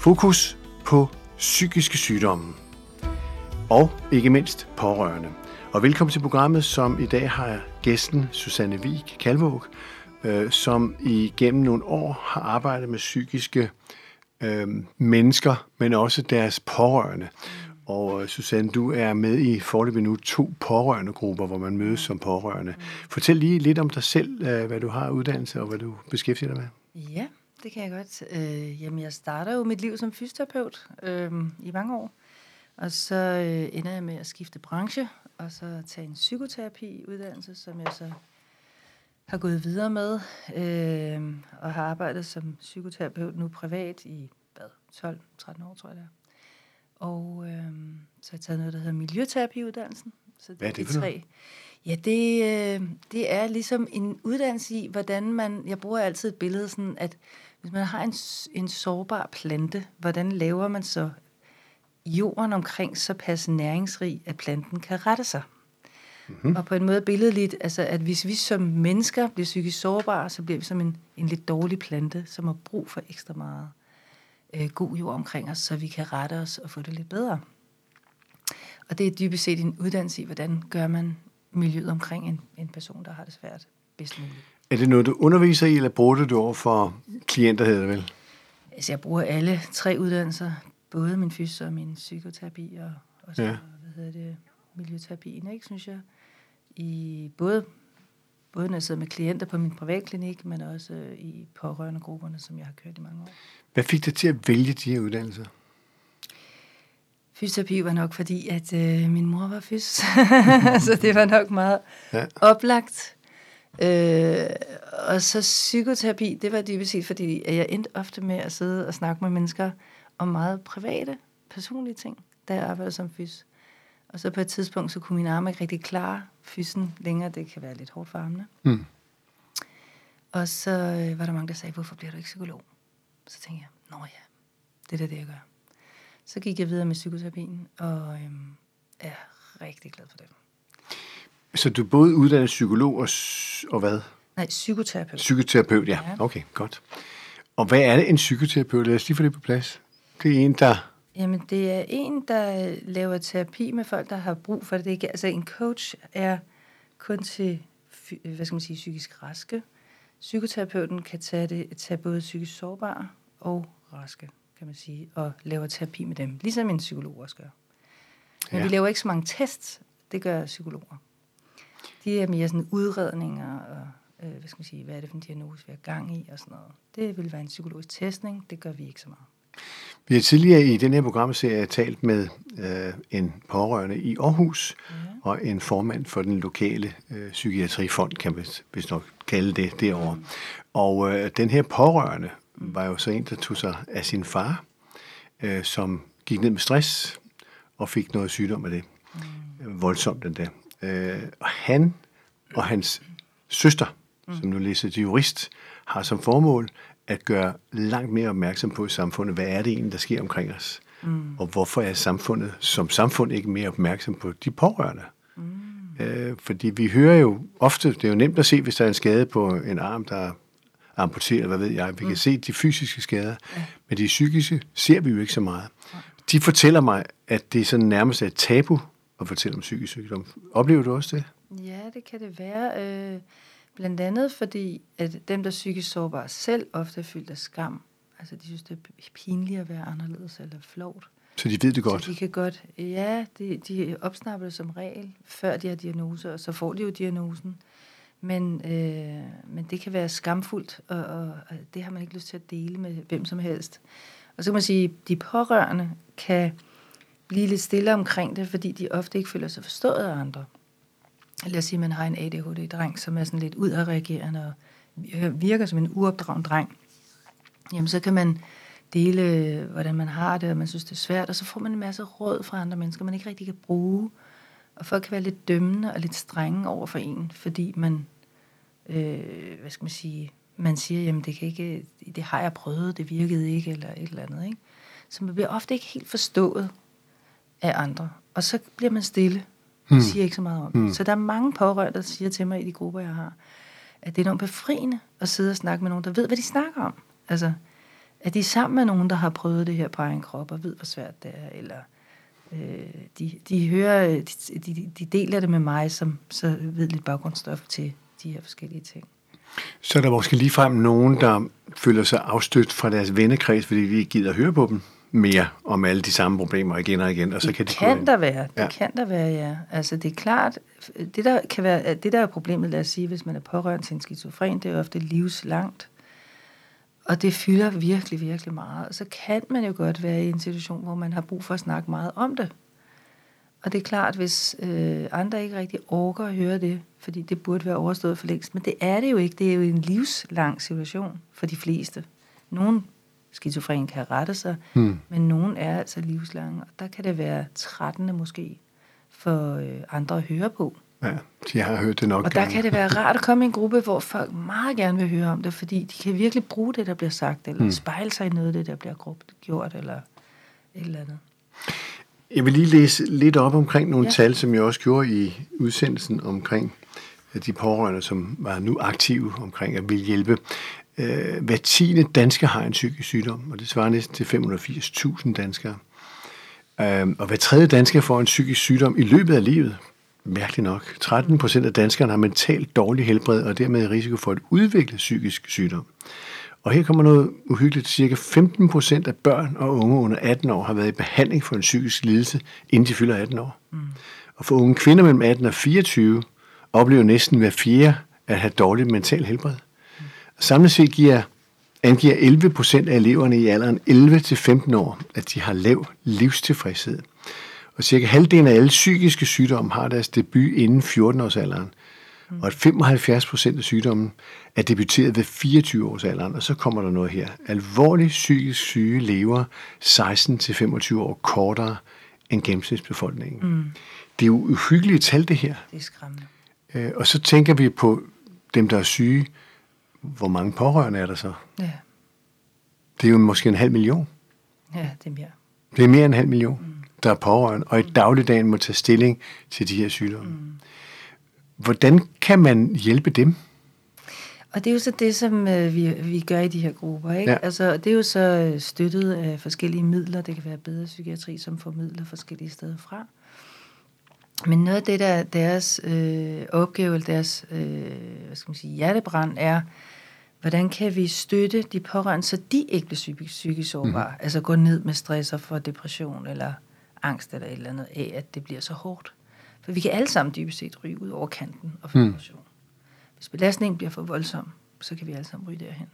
Fokus på psykiske sygdomme og ikke mindst pårørende. Og velkommen til programmet, som i dag har gæsten Susanne Vig Kalvåg, som igennem nogle år har arbejdet med psykiske mennesker, men også deres pårørende. Og Susanne, du er med i foreløbig nu 2 pårørendegrupper, hvor man mødes som pårørende. Fortæl lige lidt om dig selv, hvad du har uddannelse og hvad du beskæftiger dig med. Ja, det kan jeg godt. Jamen, jeg starter jo mit liv som fysioterapeut i mange år, og så ender jeg med at skifte branche, og så tage en psykoterapiuddannelse, som jeg så har gået videre med, og har arbejdet som psykoterapeut nu privat i 12-13 år, tror jeg det er. Og så har jeg taget noget, der hedder miljøterapiuddannelsen. Så hvad er det for noget? Ja, det er ligesom en uddannelse i, hvordan jeg bruger altid et billede sådan, at hvis man har en sårbar plante, hvordan laver man så jorden omkring så passe næringsrig, at planten kan rette sig. Mm-hmm. Og på en måde billedligt, altså at hvis vi som mennesker bliver psykisk sårbare, så bliver vi som en lidt dårlig plante, som har brug for ekstra meget god jord omkring os, så vi kan rette os og få det lidt bedre. Og det er dybest set en uddannelse i, hvordan gør man miljøet omkring en person, der har det svært bedst muligt. Er det noget, du underviser i, eller bruger du det over for klienter, hedder det vel? Altså, jeg bruger alle 3 uddannelser, både min fys og min psykoterapi, og så, miljøterapien, ikke, synes jeg. I både når jeg sidder med klienter på min privatklinik, men også i pårørendegrupperne, som jeg har kørt i mange år. Hvad fik dig til at vælge de her uddannelser? Fysioterapi var nok fordi, at min mor var fys, så det var nok meget oplagt. Og så psykoterapi, det var dybest set, fordi jeg endte ofte med at sidde og snakke med mennesker om meget private, personlige ting, da jeg arbejdede som fys. Og så på et tidspunkt, så kunne min arme ikke rigtig klare fysen længere. Det kan være lidt hårdt for armene. Mm. Og så var der mange, der sagde, hvorfor bliver du ikke psykolog? Så tænkte jeg, nå ja, det er det, jeg gør. Så gik jeg videre med psykoterapien, og er rigtig glad for det. Så du er både uddannet psykolog og hvad? Nej, psykoterapeut. Psykoterapeut, ja. Okay, godt. Og hvad er det, en psykoterapeut? Lad os lige få det på plads. Det er en, der... Jamen, det er en, der laver terapi med folk, der har brug for det. Altså, en coach er kun til, psykisk raske. Psykoterapeuten kan tage både psykisk sårbare og raske, kan man sige, og laver terapi med dem, ligesom en psykolog også gør. Men vi laver ikke så mange tests, det gør psykologer. De er mere sådan udredninger, og hvad er det for en diagnose, vi har gang i, og sådan noget. Det vil være en psykologisk testning, det gør vi ikke så meget. Vi har tidligere i den her programserie talt med en pårørende i Aarhus, og en formand for den lokale psykiatrifond, kan man vist nok kalde det derovre. Og den her pårørende var jo så en, der tog sig af sin far, som gik ned med stress og fik noget sygdom af det. Voldsomt den der. Og han og hans søster, som nu læser til jurist, har som formål at gøre langt mere opmærksom på i samfundet, hvad er det egentlig, der sker omkring os? Og hvorfor er samfundet som samfund ikke mere opmærksom på de pårørende? Fordi vi hører jo ofte, det er jo nemt at se, hvis der er en skade på en arm, der er amputeret, hvad ved jeg. Vi kan se de fysiske skader, men de psykiske ser vi jo ikke så meget. De fortæller mig, at det sådan nærmest er et tabu at fortælle om psykisk sygdom. Oplever du også det? Ja, det kan det være. Blandt andet fordi, at dem, der er psykisk sårbare selv, ofte er fyldt af skam. Altså, de synes, det er pinligt at være anderledes eller flovt. Så de ved det godt? Så de kan godt, de opsnapper det som regel, før de har diagnoser, og så får de jo diagnosen. Men det kan være skamfuldt, og det har man ikke lyst til at dele med hvem som helst. Og så kan man sige, at de pårørende kan blive lidt stille omkring det, fordi de ofte ikke føler sig forstået af andre. Lad os sige, at man har en ADHD-dreng, som er sådan lidt udadreagerende og virker som en uopdragen dreng. Jamen, så kan man dele, hvordan man har det, og man synes, det er svært, og så får man en masse råd fra andre mennesker, man ikke rigtig kan bruge. Og folk kan være lidt dømmende og lidt strenge over for en, fordi man, man siger, jamen det har jeg prøvet, det virkede ikke, eller et eller andet, ikke? Så man bliver ofte ikke helt forstået af andre. Og så bliver man stille, og siger ikke så meget om det. Så der er mange pårørende, der siger til mig i de grupper, jeg har, at det er enormt befriende at sidde og snakke med nogen, der ved, hvad de snakker om. Altså, Er de sammen med nogen, der har prøvet det her på egen krop og ved, hvor svært det er, eller de hører, de deler det med mig, som så ved lidt baggrundsstof til de her forskellige ting. Så er der måske ligefrem nogen, der føler sig afstødt fra deres vennekreds, fordi vi ikke gider høre på dem mere om alle de samme problemer igen og igen, og så kan de kan der være. Det kan der være, ja. Altså det er klart, det der er problemet, lad os sige, hvis man er pårørende til en skizofren, det er jo ofte livslangt, og det fylder virkelig, virkelig meget. Og så kan man jo godt være i en situation, hvor man har brug for at snakke meget om det. Og det er klart, hvis andre ikke rigtig orker at høre det, fordi det burde være overstået for længst, men det er det jo ikke. Det er jo en livslang situation for de fleste. Nogle skizofren kan rette sig, men nogen er altså livslange, og der kan det være trættende måske for andre at høre på. Ja, de har hørt det nok. Og der kan det være rart at komme i en gruppe, hvor folk meget gerne vil høre om det, fordi de kan virkelig bruge det, der bliver sagt, eller spejle sig i noget af det, der bliver gjort, eller et eller andet. Jeg vil lige læse lidt op omkring nogle tal, som jeg også gjorde i udsendelsen omkring de pårørende, som var nu aktive omkring at ville hjælpe. Hver 10. dansker har en psykisk sygdom, og det svarer næsten til 580.000 danskere. Og hver 3. dansker får en psykisk sygdom i løbet af livet. Mærkeligt nok. 13% af danskerne har mentalt dårlig helbred, og dermed risiko for at udvikle psykisk sygdom. Og her kommer noget uhyggeligt. Cirka 15% af børn og unge under 18 år har været i behandling for en psykisk lidelse, inden de fylder 18 år. Og for unge kvinder mellem 18 og 24 oplever næsten hver fjerde at have dårligt mental helbred. Samlet set angiver 11% af eleverne i alderen 11-15 år, at de har lav livstilfredshed. Og cirka halvdelen af alle psykiske sygdomme har deres debut inden 14-årsalderen. Og at 75% af sygdommen er debuteret ved 24-årsalderen. Og så kommer der noget her. Alvorligt psykisk syge lever 16-25 år kortere end gennemsnitsbefolkningen. Det er jo uhyggelige tal, det her. Det er skræmmende. Og så tænker vi på dem, der er syge. Hvor mange pårørende er der så? Ja. Det er jo måske 500.000. Ja, det er mere. Det er mere end 500.000, der er pårørende, og i dagligdagen må tage stilling til de her sygdomme. Hvordan kan man hjælpe dem? Og det er jo så det, som vi gør i de her grupper, ikke? Ja. Altså, det er jo så støttet af forskellige midler. Det kan være Bedre Psykiatri, som får midler forskellige steder fra. Men noget af det, der er deres opgave, eller deres hjertebrand, er, hvordan kan vi støtte de pårørende, så de ikke bliver psykisk sårbare? Altså gå ned med stress og for depression, eller angst, eller et eller andet af, at det bliver så hårdt. For vi kan alle sammen dybest set ryge ud over kanten og få depression. Hvis belastningen bliver for voldsom, så kan vi alle sammen ryge derhen.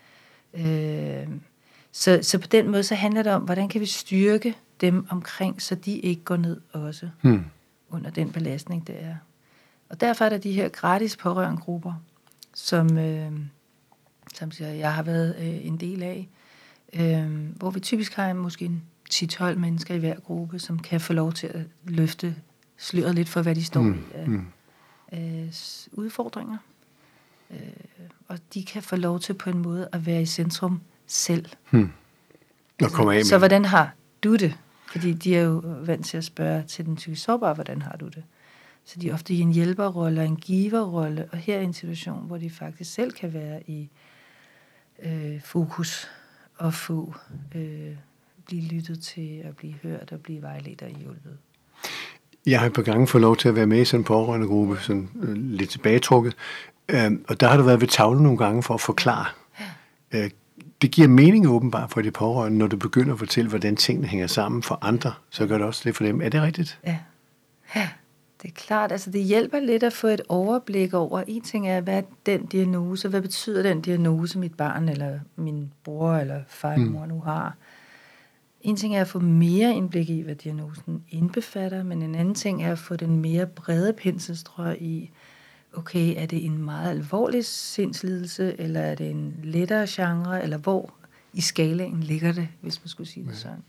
Så på den måde, så handler det om, hvordan kan vi styrke dem omkring, så de ikke går ned også under den belastning, det er. Og derfor er der de her gratis pårørendegrupper, som jeg har været en del af, hvor vi typisk har måske 10-12 mennesker i hver gruppe, som kan få lov til at løfte sløret lidt for, hvad de står i af udfordringer. Og de kan få lov til på en måde at være i centrum selv. Så hvordan har du det? Fordi de er jo vant til at spørge til den psykisk sårbare, hvordan har du det? Så de er ofte i en hjælperrolle og en giverrolle, og her er en situation, hvor de faktisk selv kan være i fokus og få blive lyttet til og blive hørt og blive vejledt og hjulpet. Jeg har et par gange fået lov til at være med i sådan en pårørendegruppe, sådan lidt tilbagetrukket, og der har du været ved tavlen nogle gange for at forklare. Det giver mening åbenbart for de pårørende, når du begynder at fortælle, hvordan tingene hænger sammen for andre, så gør det også det for dem. Er det rigtigt? Ja, det er klart. Altså det hjælper lidt at få et overblik over. En ting er, hvad er den diagnose? Hvad betyder den diagnose, mit barn eller min bror eller far eller mor nu har? En ting er at få mere indblik i, hvad diagnosen indbefatter, men en anden ting er at få den mere brede penselstrøg i, okay, er det en meget alvorlig sindslidelse, eller er det en lettere genre, eller hvor i skalaen ligger det, hvis man skulle sige det sådan.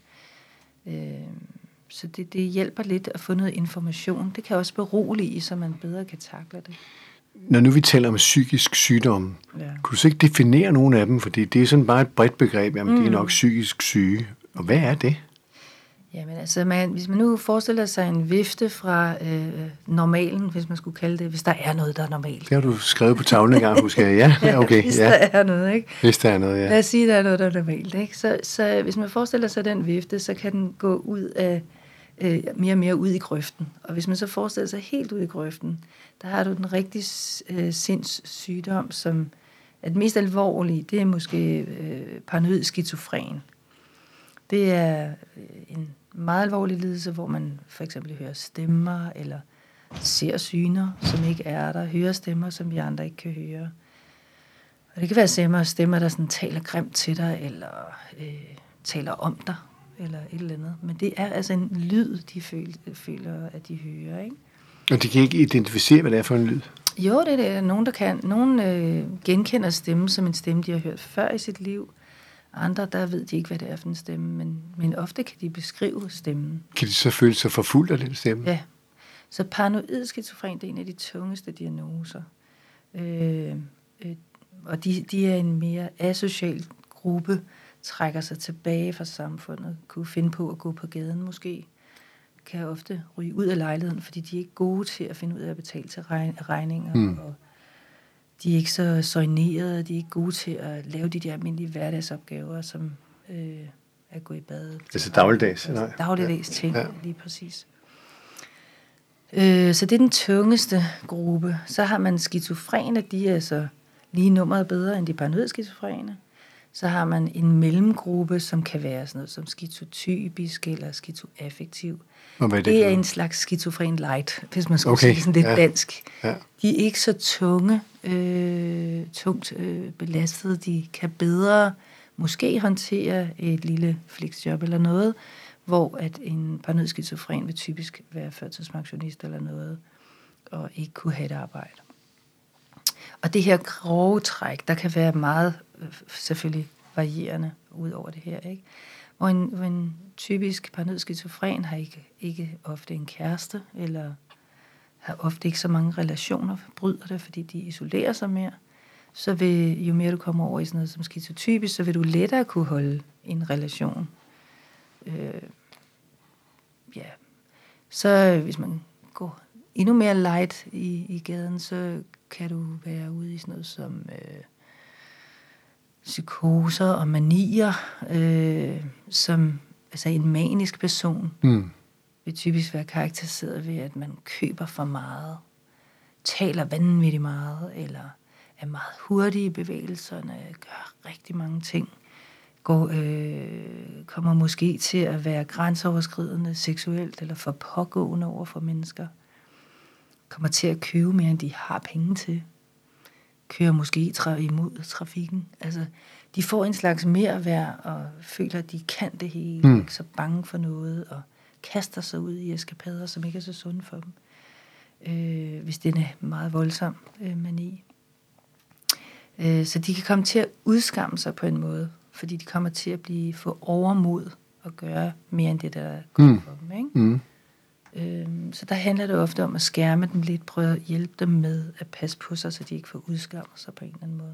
Så det hjælper lidt at få noget information. Det kan også berolige, så man bedre kan takle det. Når nu vi taler om psykisk sygdom, kunne du så ikke definere nogle af dem? Fordi det er sådan bare et bredt begreb, jamen det er nok psykisk syge. Og hvad er det? Jamen altså, hvis man nu forestiller sig en vifte fra normalen, hvis man skulle kalde det, hvis der er noget, der er normalt. Det har du skrevet på tavlen en gang, husker jeg. Ja, okay. Hvis der er noget, ikke? Hvis der er noget, ja. Lad os sige, der er noget, der er normalt, ikke? Så hvis man forestiller sig den vifte, så kan den gå ud af mere og mere ud i grøften. Og hvis man så forestiller sig helt ud i grøften, der har du den rigtig sindssygdom, som er det mest alvorlige, det er måske paranoid skizofren. Det er en meget alvorlig lidelse, hvor man for eksempel hører stemmer, eller ser syner, som ikke er der, hører stemmer, som vi andre ikke kan høre. Og det kan være stemmer der sådan taler grimt til dig, eller taler om dig, eller et eller andet. Men det er altså en lyd, de føler, at de hører, ikke? Og de kan ikke identificere, hvad det er for en lyd? Jo, det er nogen, der kan. Nogen genkender stemmen som en stemme, de har hørt før i sit liv. Andre, der ved de ikke, hvad det er for en stemme, men ofte kan de beskrive stemmen. Kan de så føle sig forfulgt af den stemme? Ja. Så paranoid skizofren, det er en af de tungeste diagnoser. Og de er en mere asocial gruppe, trækker sig tilbage fra samfundet, kunne finde på at gå på gaden måske, kan ofte ryge ud af lejligheden, fordi de er ikke gode til at finde ud af at betale til regninger, og de er ikke så soignerede, de er ikke gode til at lave de der almindelige hverdagsopgaver, som at gå i bad. Altså dagligdags? Nej. Dagligdags ting, lige præcis. Så det er den tungeste gruppe. Så har man skizofrene, de er så lige nummeret bedre end de paranoid skizofrene. Så har man en mellemgruppe, som kan være sådan noget som skizotypisk eller skizoaffektiv. Det er en slags skizofren light, hvis man skulle sige sådan lidt dansk. Ja. De er ikke så tungt belastede. De kan bedre måske håndtere et lille flexjob eller noget, hvor at en paranoid skizofren vil typisk være førtidspensionist eller noget, og ikke kunne have et arbejde. Og det her grove træk, der kan være meget selvfølgelig varierende ud over det her, ikke? Hvor en typisk paranoid skizofren har ikke ofte en kæreste, eller har ofte ikke så mange relationer, bryder det, fordi de isolerer sig mere. Så jo mere du kommer over i sådan noget som skizotypisk, så vil du lettere kunne holde en relation. Så hvis man går endnu mere light i gaden, så kan du være ude i sådan noget som psykoser og manier, som altså en manisk person vil typisk være karakteriseret ved, at man køber for meget, taler vanvittigt meget, eller er meget hurtige i bevægelserne, gør rigtig mange ting, kommer måske til at være grænseoverskridende seksuelt, eller for pågående over for mennesker, kommer til at købe mere, end de har penge til, kører måske imod trafikken. Altså, de får en slags merværd, og føler, at de kan det hele, ikke så bange for noget, og kaster sig ud i eskapader, som ikke er så sunde for dem, hvis det er en meget voldsom mani. Så de kan komme til at udskamme sig på en måde, fordi de kommer til at få overmod og gøre mere end det, der er godt for dem, ikke? Så der handler det ofte om at skærme dem lidt, prøve at hjælpe dem med at passe på sig, så de ikke får udskammet sig på en eller anden måde.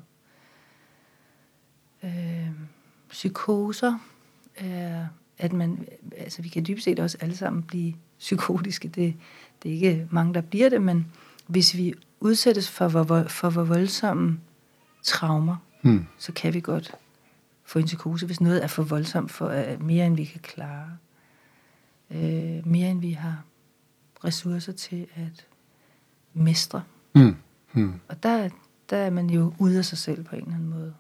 Psykoser er, at vi kan dybest set også alle sammen blive psykotiske. Det er ikke mange, der bliver det, men hvis vi udsættes for voldsomme traumer, så kan vi godt få en psykose, hvis noget er for voldsomt, for mere end vi kan klare. Mere end vi har ressourcer til at mestre. Og der er man jo ude af sig selv på en eller anden måde.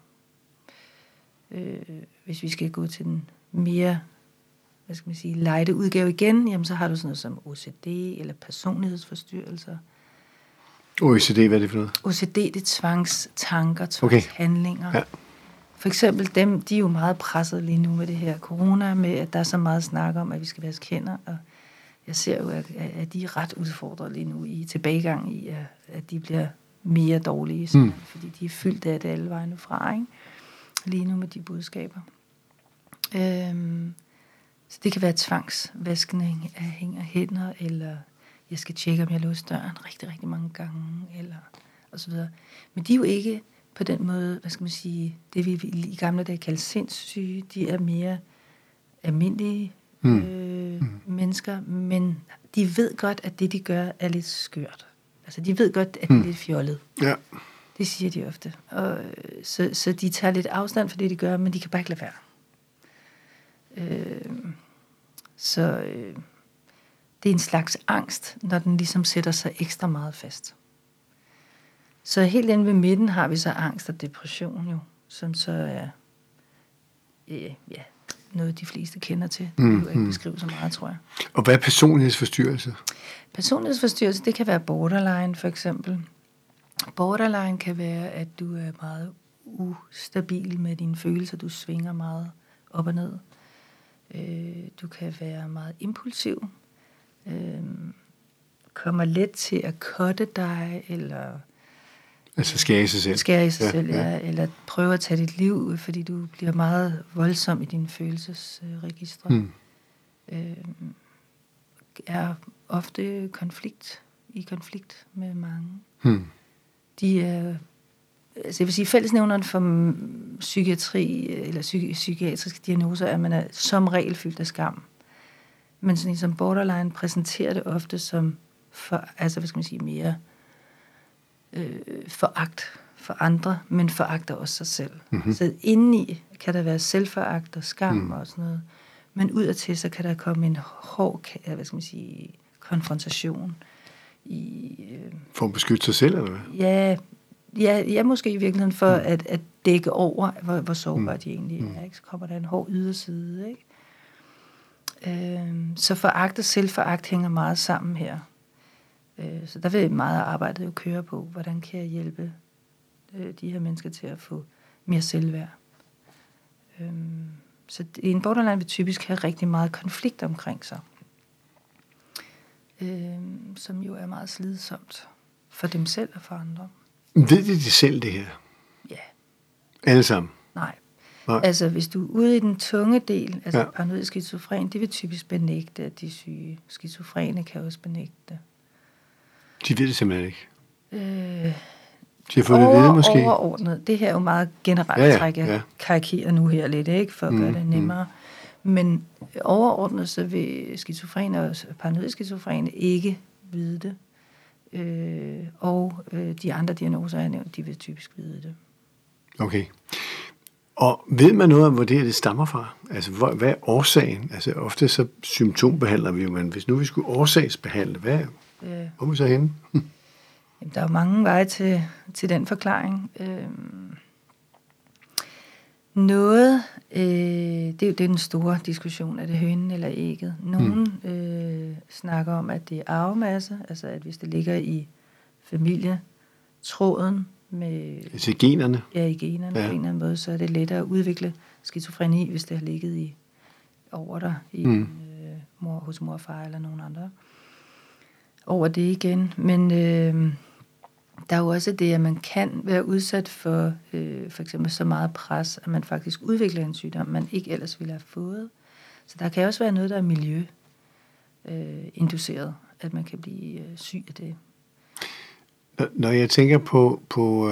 Hvis vi skal gå til den mere, lighte udgave igen, jamen så har du sådan noget som OCD eller personlighedsforstyrrelser. OCD, hvad er det for noget? OCD, det er tvangstanker, tvangshandlinger. Ja. For eksempel dem, de er jo meget presset lige nu med det her corona, med at der er så meget snak om, at vi skal vaske hænder, og jeg ser jo, at de er ret udfordret lige nu i tilbagegang i, at de bliver mere dårlige, fordi de er fyldt af det alle vegne fra, ikke? Lige nu med de budskaber. Så det kan være tvangsvaskning af hænder, eller jeg skal tjekke, om jeg låser døren rigtig, rigtig mange gange, eller og så videre. Men de er jo ikke på den måde, det vi i gamle dage kaldte sindssyge, de er mere almindelige mennesker, men de ved godt, at det, de gør, er lidt skørt. Altså, de ved godt, at det er lidt fjollet. Ja. Det siger de ofte. Og, så de tager lidt afstand for det, de gør, men de kan bare ikke lade være. Det er en slags angst, når den ligesom sætter sig ekstra meget fast. Så helt inde ved midten har vi så angst og depression jo, som så er noget, de fleste kender til. Det vil jo ikke beskrive så meget, tror jeg. Og hvad er personlighedsforstyrrelse? Personlighedsforstyrrelse, det kan være borderline for eksempel. Borderline kan være, at du er meget ustabil med dine følelser. Du svinger meget op og ned. Du kan være meget impulsiv. Kommer let til at cutte dig, eller... Altså skære i sig selv. Skære i sig selv, ja. Eller prøve at tage dit liv, fordi du bliver meget voldsom i dine følelsesregistre. Er ofte i konflikt med mange. De er... Altså jeg vil sige, fællesnævneren for psykiatri eller psykiatriske diagnoser er, at man er som regel fyldt af skam. Men sådan som borderline præsenterer det ofte som mere foragt for andre, men foragter også sig selv. Så indeni kan der være selvforagt og skam og sådan noget, men udadtil så kan der komme en hård, konfrontation i... For at beskytte sig selv, eller hvad? Ja, måske i virkeligheden for at dække over, hvor sårbart de egentlig er. Ikke? Så kommer der en hård yderside, ikke? Så foragt og selvforagt hænger meget sammen her. Så der vil meget arbejdet jo køre på, hvordan kan jeg hjælpe de her mennesker til at få mere selvværd. Så en borderline vil typisk have rigtig meget konflikt omkring sig, som jo er meget slidsomt for dem selv og for andre. Ved de selv det her? Ja. Alle sammen? Nej. Altså, hvis du er ude i den tunge del, altså paranoid skizofren, de vil typisk benægte, at de er syge. Skizofrene kan også benægte det. De ved det simpelthen ikke? De har fået det at vide, måske? Overordnet. Det her er jo meget generelt træk. Jeg karikerer nu her lidt, ikke, for at gøre det nemmere. Men overordnet, så vil skizofrene og paranoid skizofrene ikke vide det. Og de andre diagnoser, jeg har nævnt, de vil typisk vide det. Okay. Og ved man noget om, hvor det stammer fra? Altså, hvad er årsagen? Altså, ofte så symptombehandler vi jo, men hvis nu vi skulle årsagsbehandle, hvor er vi så henne? Jamen, der er jo mange veje til den forklaring. Det er jo den store diskussion, er det hønen eller ægget. Nogen snakker om, at det er arvemasse, altså at hvis det ligger i familietråden med... Altså generne? Ja, i generne på en eller anden måde, så er det lettere at udvikle skizofreni, hvis det har ligget over dig hos mor og far eller nogen andre. Over det igen, men der er jo også det, at man kan være udsat for for eksempel så meget pres, at man faktisk udvikler en sygdom, man ikke ellers ville have fået. Så der kan også være noget, der er miljøinduceret, at man kan blive syg af det. Når jeg tænker på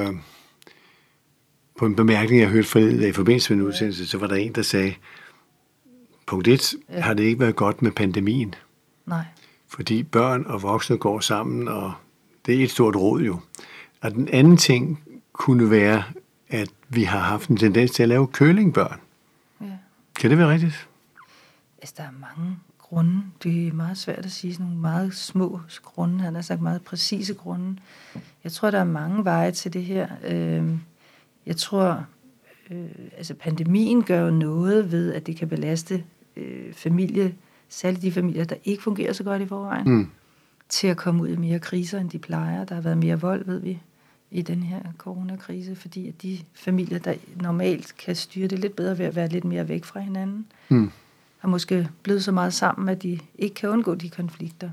en bemærkning, jeg hørte forleden i forbindelse med en udsendelse, så var der en, der sagde, punkt 1, har det ikke været godt med pandemien? Nej. Fordi børn og voksne går sammen, og det er et stort råd jo. Og den anden ting kunne være, at vi har haft en tendens til at lave kølingbørn. Ja. Kan det være rigtigt? Altså, der er mange grunde. Det er meget svært at sige sådan nogle meget små grunde. Han har sagt meget præcise grunde. Jeg tror, der er mange veje til det her. Jeg tror, altså pandemien gør jo noget ved, at det kan belaste familie, særligt de familier, der ikke fungerer så godt i forvejen, til at komme ud i mere kriser, end de plejer. Der har været mere vold, ved vi, i den her coronakrise, fordi at de familier, der normalt kan styre det lidt bedre ved at være lidt mere væk fra hinanden, har måske blevet så meget sammen, at de ikke kan undgå de konflikter.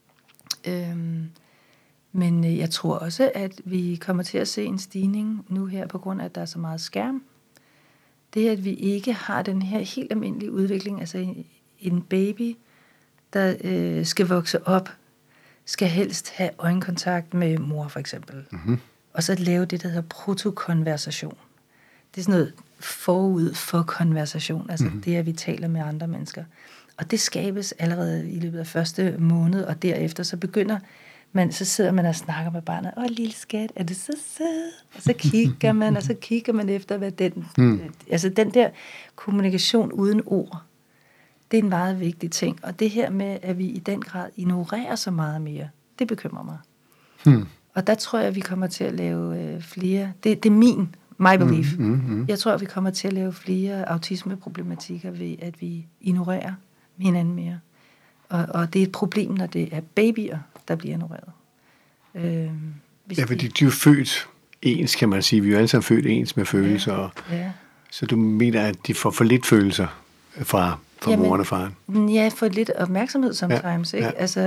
Men jeg tror også, at vi kommer til at se en stigning nu her, på grund af, at der er så meget skærm. Det, at vi ikke har den her helt almindelige udvikling, altså en baby, der skal vokse op, skal helst have øjenkontakt med mor, for eksempel. Og så lave det, der hedder protokonversation. Det er sådan noget forud for konversation, altså det, at vi taler med andre mennesker. Og det skabes allerede i løbet af første måned, og derefter så begynder man, så sidder man og snakker med barnet. Lille skat, er det så sød? Og så kigger man efter, hvad altså den der kommunikation uden ord, det er en meget vigtig ting. Og det her med, at vi i den grad ignorerer så meget mere, det bekymrer mig. Og der tror jeg, at vi kommer til at lave flere, det er my belief. Jeg tror, at vi kommer til at lave flere autismeproblematikker ved, at vi ignorerer hinanden mere. Og det er et problem, når det er babyer, der bliver ignoreret. Fordi de er jo født ens, kan man sige. Vi er jo alle sammen født ens med følelser. Ja. Så du mener, at de får for lidt følelser fra moren og faren? Ja, for lidt opmærksomhed sometimes. Ikke? Altså,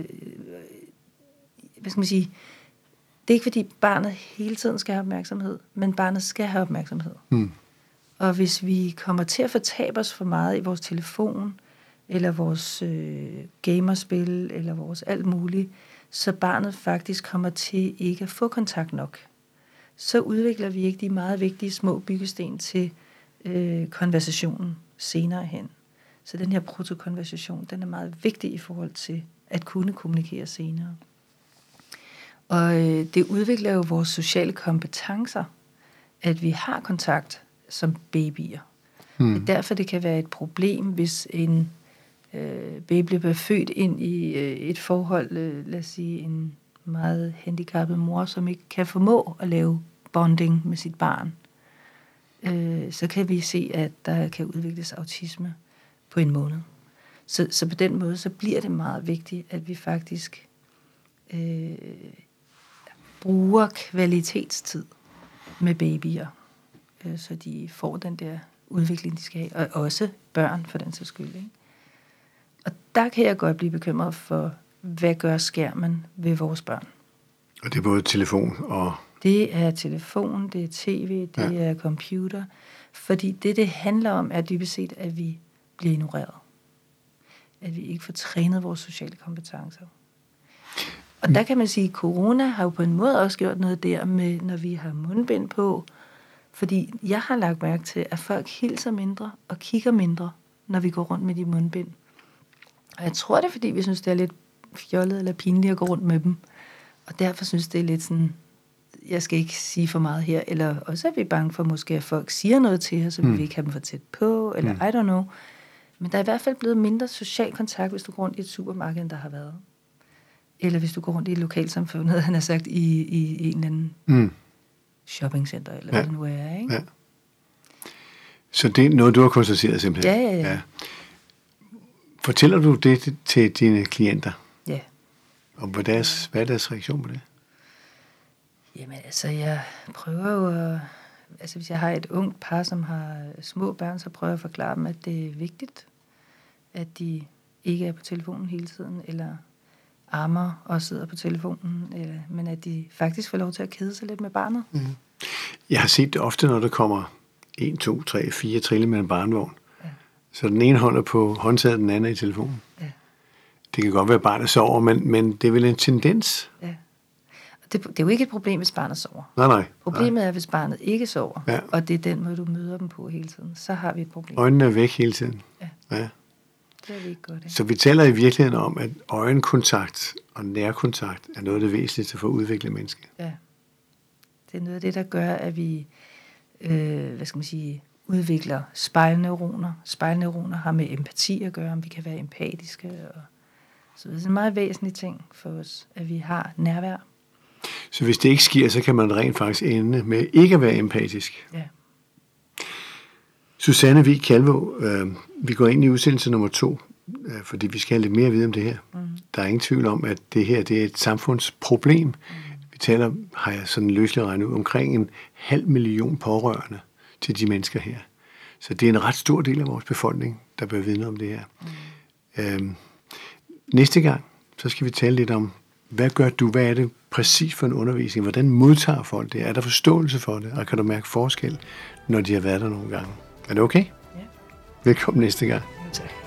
hvad skal man sige? Det er ikke, fordi barnet hele tiden skal have opmærksomhed, men barnet skal have opmærksomhed. Og hvis vi kommer til at fortabe os for meget i vores telefon, eller vores gamerspil, eller vores alt muligt, så barnet faktisk kommer til ikke at få kontakt nok, så udvikler vi ikke de meget vigtige små byggesten til konversationen senere hen. Så den her protokonversation, den er meget vigtig i forhold til at kunne kommunikere senere. Og det udvikler jo vores sociale kompetencer, at vi har kontakt som babyer. Det er derfor, det kan være et problem, hvis en baby bliver født ind i et forhold, lad os sige en meget handicappet mor, som ikke kan formå at lave bonding med sit barn. Så kan vi se, at der kan udvikles autisme på en måned. Så på den måde, så bliver det meget vigtigt, at vi faktisk bruger kvalitetstid med babyer, så de får den der udvikling, de skal have, og også børn for den sags skyld. Ikke? Og der kan jeg godt blive bekymret for, hvad gør skærmen ved vores børn? Og det er både telefon og... Det er telefon, det er tv, det er computer. Fordi det handler om, er dybest set, at vi bliver ignoreret. At vi ikke får trænet vores sociale kompetencer. Og der kan man sige, at corona har jo på en måde også gjort noget der med, når vi har mundbind på. Fordi jeg har lagt mærke til, at folk hilser mindre og kigger mindre, når vi går rundt med de mundbind. Og jeg tror det er, fordi vi synes, det er lidt fjollet eller pinligt at gå rundt med dem. Og derfor synes det er lidt sådan, jeg skal ikke sige for meget her. Eller også er vi bange for måske, at folk siger noget til os, så vi vil ikke have dem for tæt på, eller I don't know. Men der er i hvert fald blevet mindre social kontakt, hvis du går rundt i et supermarked, end der har været. Eller hvis du går rundt i et lokalsamfundet, han har sagt, i en eller anden shoppingcenter, eller hvad det nu er, ikke? Ja. Så det er noget, du har konstateret simpelthen? Ja. Fortæller du det til dine klienter? Ja. Og hvad er deres reaktion på det? Jamen altså, jeg prøver jo altså hvis jeg har et ungt par, som har små børn, så prøver jeg at forklare dem, at det er vigtigt, at de ikke er på telefonen hele tiden, eller ammer og sidder på telefonen, men at de faktisk får lov til at kede sig lidt med barnet. Jeg har set det ofte, når der kommer 1, 2, 3, 4 trille med en barnevogn. Ja. Så den ene holder på håndtaget, den anden i telefonen. Ja. Det kan godt være, at barnet sover, men det er vel en tendens? Ja. Det er jo ikke et problem, hvis barnet sover. Nej. Problemet er, hvis barnet ikke sover, og det er den måde, du møder dem på hele tiden. Så har vi et problem. Øjnene er væk hele tiden. Ja. Det er vi ikke godt af. Så vi taler i virkeligheden om, at øjenkontakt og nærkontakt er noget af det væsentligste for at udvikle mennesket. Ja. Det er noget af det, der gør, at vi udvikler spejlneuroner. Spejlneuroner har med empati at gøre, om vi kan være empatiske. Og så det er en meget væsentlig ting for os, at vi har nærvær. Så hvis det ikke sker, så kan man rent faktisk ende med ikke at være empatisk. Ja. Susanne Vig Kalvå, vi går ind i udsendelse nummer 2, fordi vi skal have lidt mere at vide om det her. Der er ingen tvivl om, at det her det er et samfundsproblem. Vi taler, har jeg sådan løsligt regnet ud, omkring 500.000 pårørende til de mennesker her. Så det er en ret stor del af vores befolkning, der bør vide om det her. Næste gang, så skal vi tale lidt om, hvad gør du? Hvad er det præcis for en undervisning? Hvordan modtager folk det? Er der forståelse for det? Og kan du mærke forskel, når de har været der nogle gange? Er det okay? Ja. Velkommen næste gang. Tak.